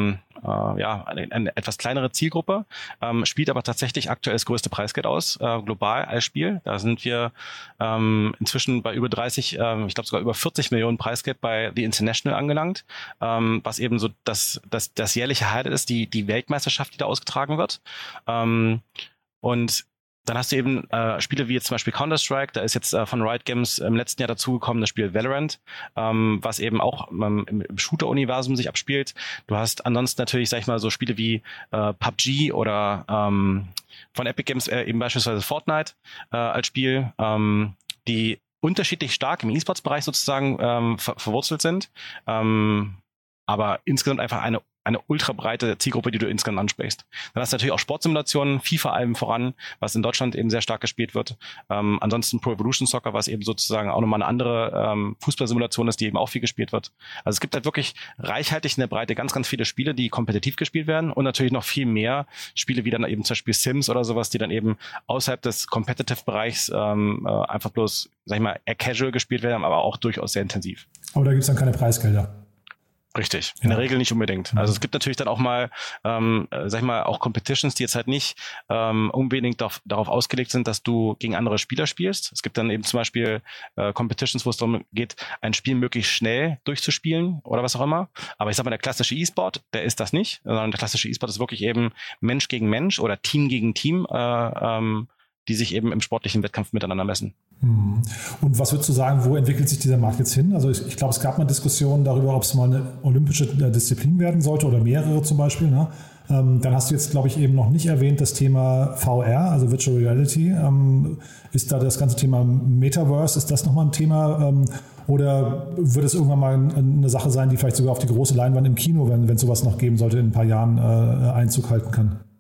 eine etwas kleinere Zielgruppe, spielt aber tatsächlich aktuell das größte Preisgeld aus, global als Spiel. Da sind wir inzwischen bei über 30, ich glaube sogar über 40 Millionen Preisgeld bei The International angelangt, was eben so das jährliche Highlight ist, die Weltmeisterschaft, die da ausgetragen wird. Und Dann hast du eben Spiele wie jetzt zum Beispiel Counter-Strike, da ist jetzt von Riot Games im letzten Jahr dazugekommen das Spiel Valorant, was eben auch im Shooter-Universum sich abspielt. Du hast ansonsten natürlich, sag ich mal, so Spiele wie PUBG oder von Epic Games eben beispielsweise Fortnite als Spiel, die unterschiedlich stark im E-Sports-Bereich sozusagen verwurzelt sind, aber insgesamt einfach eine ultra breite Zielgruppe, die du insgesamt ansprichst. Dann hast du natürlich auch Sportsimulationen, FIFA allem voran, was in Deutschland eben sehr stark gespielt wird. Ansonsten Pro Evolution Soccer, was eben sozusagen auch nochmal eine andere Fußballsimulation ist, die eben auch viel gespielt wird. Also es gibt halt wirklich reichhaltig in der Breite ganz, ganz viele Spiele, die kompetitiv gespielt werden und natürlich noch viel mehr Spiele wie dann eben zum Beispiel Sims oder sowas, die dann eben außerhalb des Competitive-Bereichs einfach bloß, sag ich mal, eher casual gespielt werden, aber auch durchaus sehr intensiv. Aber da gibt's dann keine Preisgelder. Richtig, in der Regel nicht unbedingt. Also es gibt natürlich dann auch mal, sag ich mal, auch Competitions, die jetzt halt nicht unbedingt darauf ausgelegt sind, dass du gegen andere Spieler spielst. Es gibt dann eben zum Beispiel Competitions, wo es darum geht, ein Spiel möglichst schnell durchzuspielen oder was auch immer. Aber ich sag mal, der klassische E-Sport, der ist das nicht, sondern der klassische E-Sport ist wirklich eben Mensch gegen Mensch oder Team gegen Team, die sich eben im sportlichen Wettkampf miteinander messen. Und was würdest du sagen, wo entwickelt sich dieser Markt jetzt hin? Also ich glaube, es gab mal Diskussionen darüber, ob es mal eine olympische Disziplin werden sollte oder mehrere zum Beispiel. Ne? Dann hast du jetzt, glaube ich, eben noch nicht erwähnt das Thema VR, also Virtual Reality. Ist da das ganze Thema Metaverse, ist das nochmal ein Thema? Oder wird es irgendwann mal eine Sache sein, die vielleicht sogar auf die große Leinwand im Kino, wenn es sowas noch geben sollte, in ein paar Jahren Einzug halten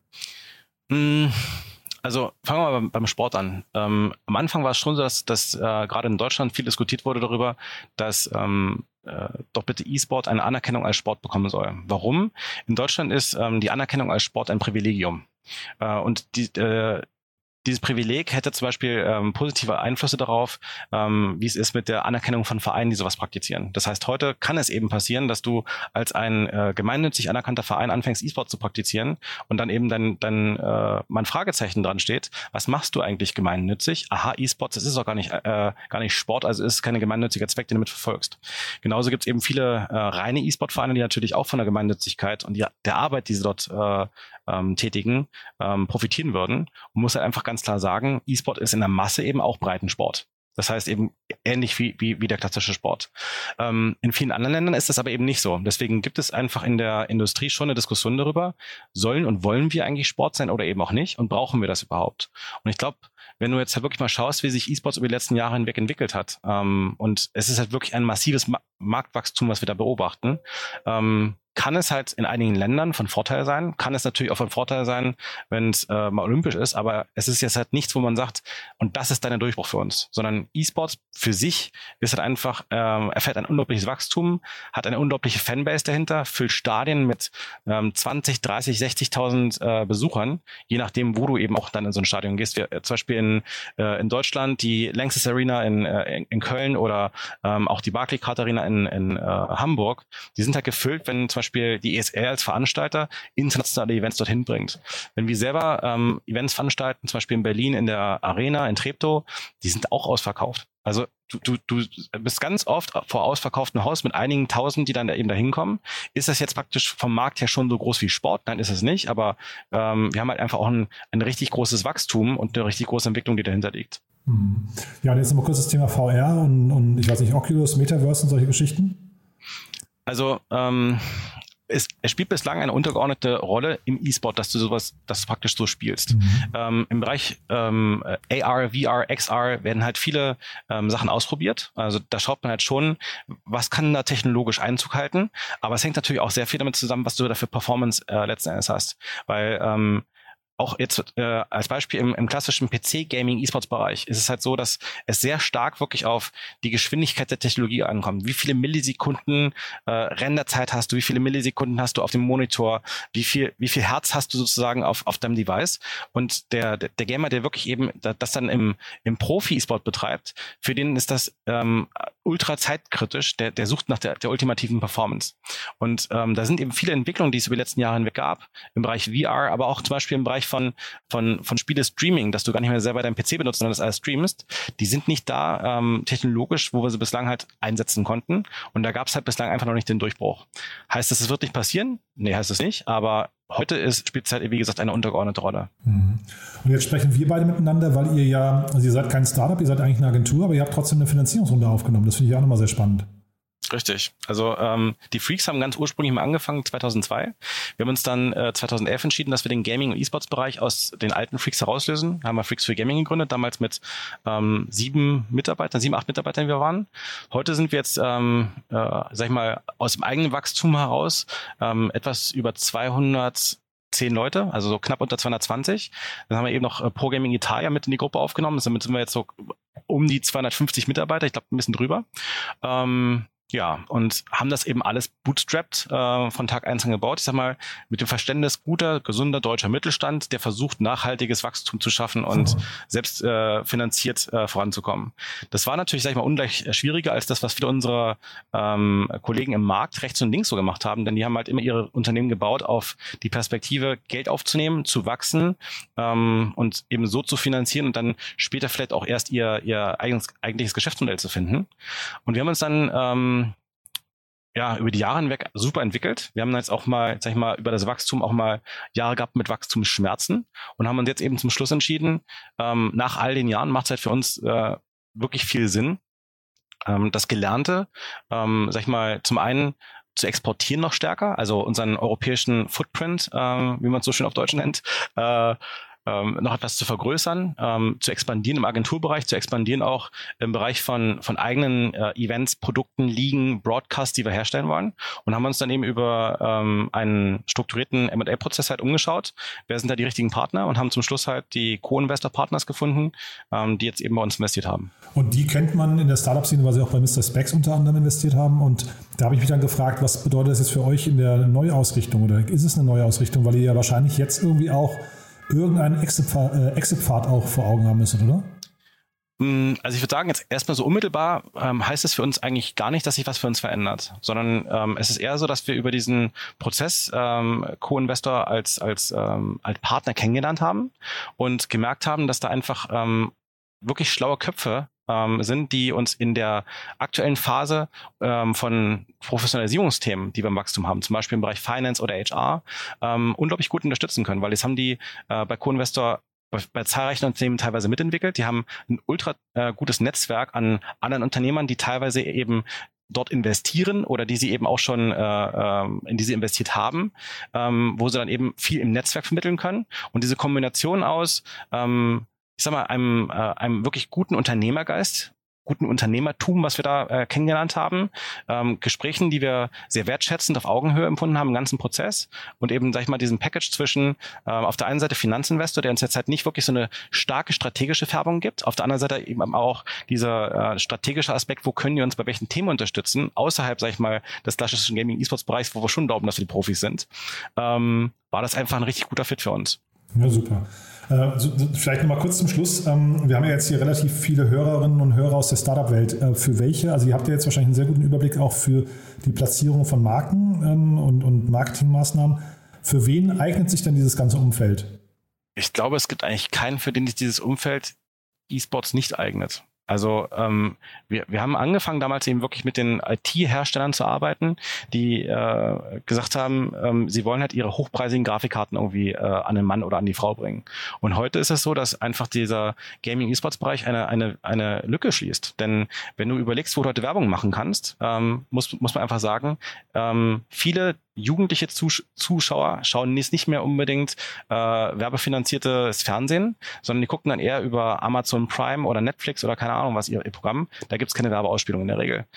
kann? Also fangen wir mal beim Sport an. Am Anfang war es schon so, dass gerade in Deutschland viel diskutiert wurde darüber, dass doch bitte E-Sport eine Anerkennung als Sport bekommen soll. Warum? In Deutschland ist die Anerkennung als Sport ein Privilegium. Und dieses Privileg hätte zum Beispiel positive Einflüsse darauf, wie es ist mit der Anerkennung von Vereinen, die sowas praktizieren. Das heißt, heute kann es eben passieren, dass du als ein gemeinnützig anerkannter Verein anfängst, E-Sport zu praktizieren und dann eben dann mal ein Fragezeichen dran steht. Was machst du eigentlich gemeinnützig? Aha, E-Sports, das ist doch gar nicht Sport, also ist kein gemeinnütziger Zweck, den du mit verfolgst. Genauso gibt es eben viele reine E-Sport-Vereine, die natürlich auch von der Gemeinnützigkeit und der Arbeit, die sie dort tätigen, profitieren würden. Und muss halt einfach ganz klar sagen, E-Sport ist in der Masse eben auch Breitensport. Das heißt eben ähnlich wie der klassische Sport. In vielen anderen Ländern ist das aber eben nicht so. Deswegen gibt es einfach in der Industrie schon eine Diskussion darüber, sollen und wollen wir eigentlich Sport sein oder eben auch nicht und brauchen wir das überhaupt? Und ich glaube, wenn du jetzt halt wirklich mal schaust, wie sich E-Sports über die letzten Jahre hinweg entwickelt hat, und es ist halt wirklich ein massives Marktwachstum, was wir da beobachten, kann es halt in einigen Ländern von Vorteil sein, kann es natürlich auch von Vorteil sein, wenn es mal olympisch ist, aber es ist jetzt halt nichts, wo man sagt, und das ist dann der Durchbruch für uns, sondern E-Sports für sich ist halt einfach, erfährt ein unglaubliches Wachstum, hat eine unglaubliche Fanbase dahinter, füllt Stadien mit 20, 30, 60.000 Besuchern, je nachdem, wo du eben auch dann in so ein Stadion gehst. Wir, zum Beispiel in Deutschland die Lanxess Arena in Köln oder auch die Barclaycard Arena in Hamburg, die sind halt gefüllt, wenn zum Beispiel die ESL als Veranstalter internationale Events dorthin bringt. Wenn wir selber Events veranstalten, zum Beispiel in Berlin in der Arena, in Treptow, die sind auch ausverkauft. Also du bist ganz oft vor ausverkauftem Haus mit einigen Tausend, die dann eben da hinkommen. Ist das jetzt praktisch vom Markt her schon so groß wie Sport? Nein, ist es nicht, aber wir haben halt einfach auch ein richtig großes Wachstum und eine richtig große Entwicklung, die dahinter liegt. Ja, und jetzt nochmal kurz das Thema VR und ich weiß nicht, Oculus, Metaverse und solche Geschichten? Also es spielt bislang eine untergeordnete Rolle im E-Sport, dass du praktisch so spielst. Im Bereich AR, VR, XR werden halt viele Sachen ausprobiert. Also da schaut man halt schon, was kann da technologisch Einzug halten. Aber es hängt natürlich auch sehr viel damit zusammen, was du da für Performance letzten Endes hast. Weil auch jetzt als Beispiel im klassischen PC-Gaming-E-Sports-Bereich ist es halt so, dass es sehr stark wirklich auf die Geschwindigkeit der Technologie ankommt. Wie viele Millisekunden Renderzeit hast du, wie viele Millisekunden hast du auf dem Monitor, wie viel Hertz hast du sozusagen auf deinem Device. Und der Gamer, der wirklich eben das dann im Profi-E-Sport betreibt, für den ist das ultra zeitkritisch, der sucht nach der ultimativen Performance. Und da sind eben viele Entwicklungen, die es über die letzten Jahre hinweg gab, im Bereich VR, aber auch zum Beispiel im Bereich von Spiele-Streaming, dass du gar nicht mehr selber deinen PC benutzt, sondern das alles streamst, die sind nicht da technologisch, wo wir sie bislang halt einsetzen konnten. Und da gab es halt bislang einfach noch nicht den Durchbruch. Heißt das, es wird nicht passieren? Nee, heißt es nicht. Aber heute spielt Zeit, wie gesagt, eine untergeordnete Rolle. Und jetzt sprechen wir beide miteinander, weil ihr seid kein Startup, ihr seid eigentlich eine Agentur, aber ihr habt trotzdem eine Finanzierungsrunde aufgenommen. Das finde ich auch nochmal sehr spannend. Richtig. Also die Freaks haben ganz ursprünglich mal angefangen 2002. Wir haben uns dann 2011 entschieden, dass wir den Gaming- und E-Sports-Bereich aus den alten Freaks herauslösen. Da haben wir Freaks für Gaming gegründet, damals mit 7, 8 Mitarbeitern, wie wir waren. Heute sind wir jetzt, sag ich mal, aus dem eigenen Wachstum heraus etwas über 210 Leute, also so knapp unter 220. Dann haben wir eben noch Pro Gaming Italia mit in die Gruppe aufgenommen. Damit sind wir jetzt so um die 250 Mitarbeiter, ich glaube ein bisschen drüber. Ja, und haben das eben alles bootstrapped von Tag 1 an gebaut. Ich sag mal, mit dem Verständnis guter, gesunder deutscher Mittelstand, der versucht, nachhaltiges Wachstum zu schaffen und selbst finanziert voranzukommen. Das war natürlich, sag ich mal, ungleich schwieriger als das, was viele unserer Kollegen im Markt rechts und links so gemacht haben, denn die haben halt immer ihre Unternehmen gebaut auf die Perspektive, Geld aufzunehmen, zu wachsen und eben so zu finanzieren und dann später vielleicht auch erst ihr eigentliches Geschäftsmodell zu finden. Und wir haben uns dann über die Jahre hinweg super entwickelt. Wir haben jetzt auch mal, sag ich mal, über das Wachstum auch mal Jahre gehabt mit Wachstumsschmerzen und haben uns jetzt eben zum Schluss entschieden, nach all den Jahren macht es halt für uns wirklich viel Sinn, das Gelernte, sag ich mal, zum einen zu exportieren noch stärker, also unseren europäischen Footprint, wie man es so schön auf Deutsch nennt, noch etwas zu vergrößern, zu expandieren im Agenturbereich, zu expandieren auch im Bereich von eigenen Events, Produkten, Ligen, Broadcasts, die wir herstellen wollen und haben uns dann eben über einen strukturierten M&A-Prozess halt umgeschaut. Wer sind da die richtigen Partner und haben zum Schluss halt die Co-Investor-Partners gefunden, die jetzt eben bei uns investiert haben. Und die kennt man in der Startup-Szene, weil sie auch bei Mr. Specs unter anderem investiert haben und da habe ich mich dann gefragt, was bedeutet das jetzt für euch in der Neuausrichtung oder ist es eine Neuausrichtung, weil ihr ja wahrscheinlich jetzt irgendwie auch irgendeinen Exit-Pfad auch vor Augen haben müssen, oder? Also ich würde sagen, jetzt erstmal so unmittelbar heißt es für uns eigentlich gar nicht, dass sich was für uns verändert, sondern es ist eher so, dass wir über diesen Prozess Co-Investor als Partner kennengelernt haben und gemerkt haben, dass da einfach wirklich schlaue Köpfe sind, die uns in der aktuellen Phase von Professionalisierungsthemen, die wir im Wachstum haben, zum Beispiel im Bereich Finance oder HR, unglaublich gut unterstützen können, weil das haben die bei Co-Investor bei zahlreichen Unternehmen teilweise mitentwickelt. Die haben ein ultra gutes Netzwerk an anderen Unternehmern, die teilweise eben dort investieren oder die sie eben auch schon in die sie investiert haben, wo sie dann eben viel im Netzwerk vermitteln können. Und diese Kombination aus ich sag mal, einem wirklich guten Unternehmergeist, guten Unternehmertum, was wir da kennengelernt haben, Gesprächen, die wir sehr wertschätzend auf Augenhöhe empfunden haben im ganzen Prozess und eben, sag ich mal, diesen Package zwischen auf der einen Seite Finanzinvestor, der uns jetzt halt nicht wirklich so eine starke strategische Färbung gibt, auf der anderen Seite eben auch dieser strategische Aspekt, wo können wir uns bei welchen Themen unterstützen, außerhalb, sag ich mal, des klassischen Gaming-E-Sports-Bereichs, wo wir schon glauben, dass wir die Profis sind, war das einfach ein richtig guter Fit für uns. Ja, super. Vielleicht nochmal kurz zum Schluss. Wir haben ja jetzt hier relativ viele Hörerinnen und Hörer aus der Startup-Welt. Für welche, also ihr habt ja jetzt wahrscheinlich einen sehr guten Überblick auch für die Platzierung von Marken und Marketingmaßnahmen. Für wen eignet sich denn dieses ganze Umfeld? Ich glaube, es gibt eigentlich keinen, für den sich dieses Umfeld E-Sports nicht eignet. Also wir haben angefangen damals eben wirklich mit den IT-Herstellern zu arbeiten, die gesagt haben, sie wollen halt ihre hochpreisigen Grafikkarten irgendwie an den Mann oder an die Frau bringen. Und heute ist es so, dass einfach dieser Gaming-E-Sports-Bereich eine Lücke schließt. Denn wenn du überlegst, wo du heute Werbung machen kannst, muss man einfach sagen, viele jugendliche Zuschauer schauen jetzt nicht mehr unbedingt werbefinanziertes Fernsehen, sondern die gucken dann eher über Amazon Prime oder Netflix oder keine Ahnung was ihr Programm. Da gibt's keine Werbeausspielung in der Regel.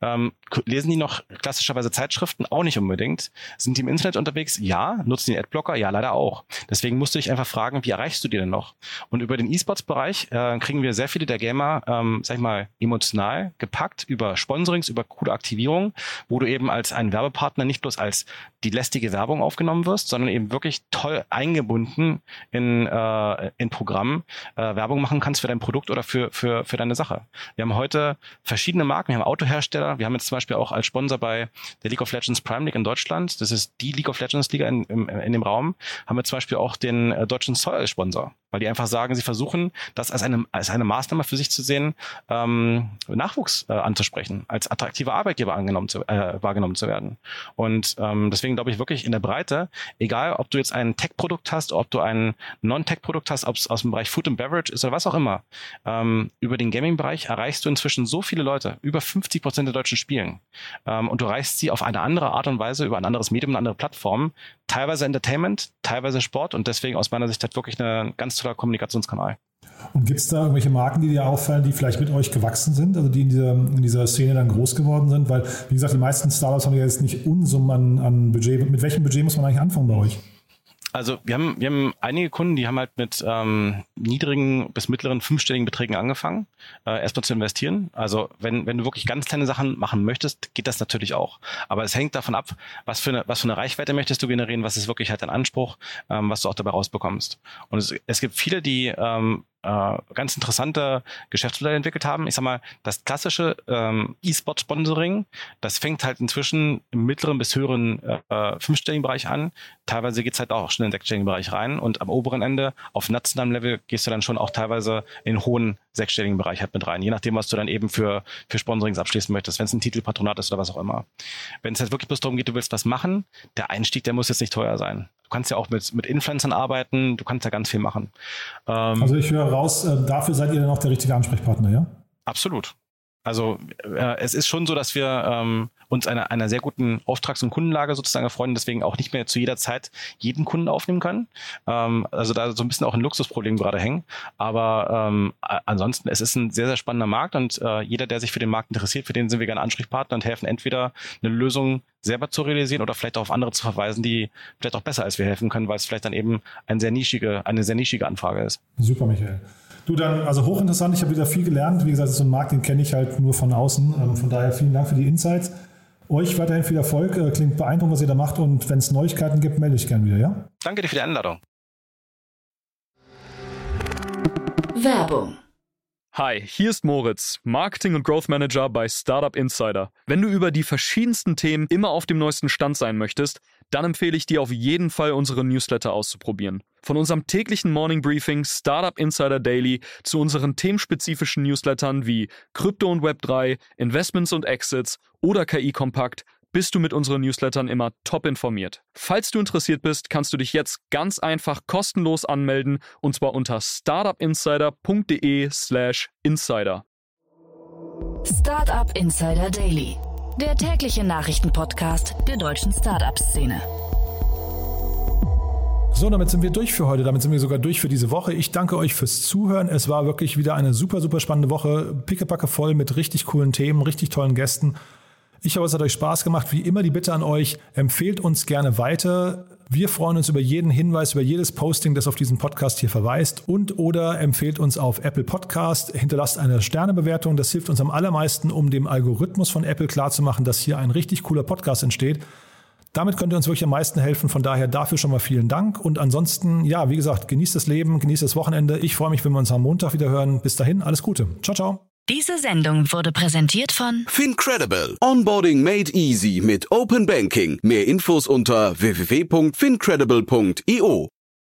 Lesen die noch klassischerweise Zeitschriften? Auch nicht unbedingt. Sind die im Internet unterwegs? Ja. Nutzen die Adblocker? Ja, leider auch. Deswegen musst du dich einfach fragen, wie erreichst du die denn noch? Und über den E-Sports-Bereich kriegen wir sehr viele der Gamer, sag ich mal, emotional gepackt über Sponsorings, über coole Aktivierung, wo du eben als ein Werbepartner nicht bloß als die lästige Werbung aufgenommen wirst, sondern eben wirklich toll eingebunden in Programm Werbung machen kannst für dein Produkt oder für deine Sache. Wir haben heute verschiedene Marken, wir haben Autohersteller, wir haben jetzt zum Beispiel auch als Sponsor bei der League of Legends Prime League in Deutschland, das ist die League of Legends Liga in dem Raum, haben wir zum Beispiel auch den deutschen Zoll als Sponsor. weil die einfach sagen, sie versuchen, das als eine Maßnahme für sich zu sehen, Nachwuchs anzusprechen, als attraktiver Arbeitgeber wahrgenommen zu werden. Und deswegen glaube ich wirklich in der Breite, egal ob du jetzt ein Tech-Produkt hast, ob du ein Non-Tech-Produkt hast, ob es aus dem Bereich Food and Beverage ist oder was auch immer, über den Gaming-Bereich erreichst du inzwischen so viele Leute, über 50% der Deutschen spielen. Und du erreichst sie auf eine andere Art und Weise, über ein anderes Medium, eine andere Plattform, teilweise Entertainment, teilweise Sport und deswegen aus meiner Sicht halt wirklich ein ganz toller Kommunikationskanal. Und gibt es da irgendwelche Marken, die dir auffallen, die vielleicht mit euch gewachsen sind, also die in dieser Szene dann groß geworden sind? Weil, wie gesagt, die meisten Startups haben ja jetzt nicht Unsummen an Budget. Mit welchem Budget muss man eigentlich anfangen bei euch? Also wir haben einige Kunden, die haben halt mit niedrigen bis mittleren fünfstelligen Beträgen angefangen, erstmal zu investieren. Also wenn du wirklich ganz kleine Sachen machen möchtest, geht das natürlich auch. Aber es hängt davon ab, was für eine Reichweite möchtest du generieren, was ist wirklich halt dein Anspruch, was du auch dabei rausbekommst. Und es gibt viele, die ganz interessante Geschäftsmodelle entwickelt haben. Ich sag mal, das klassische E-Sport-Sponsoring, das fängt halt inzwischen im mittleren bis höheren fünfstelligen Bereich an. Teilweise geht's halt auch schon in den sechsstelligen Bereich rein und am oberen Ende auf nationalem Level gehst du dann schon auch teilweise in den hohen sechsstelligen Bereich halt mit rein, je nachdem, was du dann eben für Sponsorings abschließen möchtest, wenn es ein Titelpatronat ist oder was auch immer. Wenn es halt wirklich bloß darum geht, du willst was machen, der Einstieg, der muss jetzt nicht teuer sein. Du kannst ja auch mit Influencern arbeiten, du kannst ja ganz viel machen. Also ich höre raus, dafür seid ihr dann auch der richtige Ansprechpartner, ja? Absolut. Also es ist schon so, dass wir uns einer sehr guten Auftrags- und Kundenlage sozusagen erfreuen, deswegen auch nicht mehr zu jeder Zeit jeden Kunden aufnehmen können. Also da so ein bisschen auch ein Luxusproblem gerade hängen. Aber ansonsten, es ist ein sehr, sehr spannender Markt und jeder, der sich für den Markt interessiert, für den sind wir gerne Ansprechpartner und helfen entweder eine Lösung selber zu realisieren oder vielleicht auch auf andere zu verweisen, die vielleicht auch besser als wir helfen können, weil es vielleicht dann eben eine sehr nischige Anfrage ist. Super, Michael. Du, dann, also hochinteressant, ich habe wieder viel gelernt. Wie gesagt, so ein Markt, den kenne ich halt nur von außen. Von daher vielen Dank für die Insights. Euch weiterhin viel Erfolg. Klingt beeindruckend, was ihr da macht. Und wenn es Neuigkeiten gibt, melde ich gerne wieder, ja? Danke dir für die Einladung. Werbung. Hi, hier ist Moritz, Marketing- und Growth Manager bei Startup Insider. Wenn du über die verschiedensten Themen immer auf dem neuesten Stand sein möchtest, dann empfehle ich dir auf jeden Fall, unsere Newsletter auszuprobieren. Von unserem täglichen Morning Briefing Startup Insider Daily zu unseren themenspezifischen Newslettern wie Krypto und Web3, Investments und Exits oder KI Kompakt, bist du mit unseren Newslettern immer top informiert. Falls du interessiert bist, kannst du dich jetzt ganz einfach kostenlos anmelden und zwar unter startupinsider.de/insider. Startup Insider Daily, der tägliche Nachrichtenpodcast der deutschen Startup-Szene. So, damit sind wir durch für heute. Damit sind wir sogar durch für diese Woche. Ich danke euch fürs Zuhören. Es war wirklich wieder eine super, super spannende Woche. Pickepacke voll mit richtig coolen Themen, richtig tollen Gästen. Ich hoffe, es hat euch Spaß gemacht. Wie immer die Bitte an euch, empfehlt uns gerne weiter. Wir freuen uns über jeden Hinweis, über jedes Posting, das auf diesen Podcast hier verweist und oder empfehlt uns auf Apple Podcast, hinterlasst eine Sternebewertung. Das hilft uns am allermeisten, um dem Algorithmus von Apple klarzumachen, dass hier ein richtig cooler Podcast entsteht. Damit könnt ihr uns wirklich am meisten helfen. Von daher dafür schon mal vielen Dank. Und ansonsten, ja, wie gesagt, genießt das Leben, genießt das Wochenende. Ich freue mich, wenn wir uns am Montag wieder hören. Bis dahin, alles Gute. Ciao, ciao. Diese Sendung wurde präsentiert von FinCredible. Onboarding made easy mit Open Banking. Mehr Infos unter www.fincredible.io.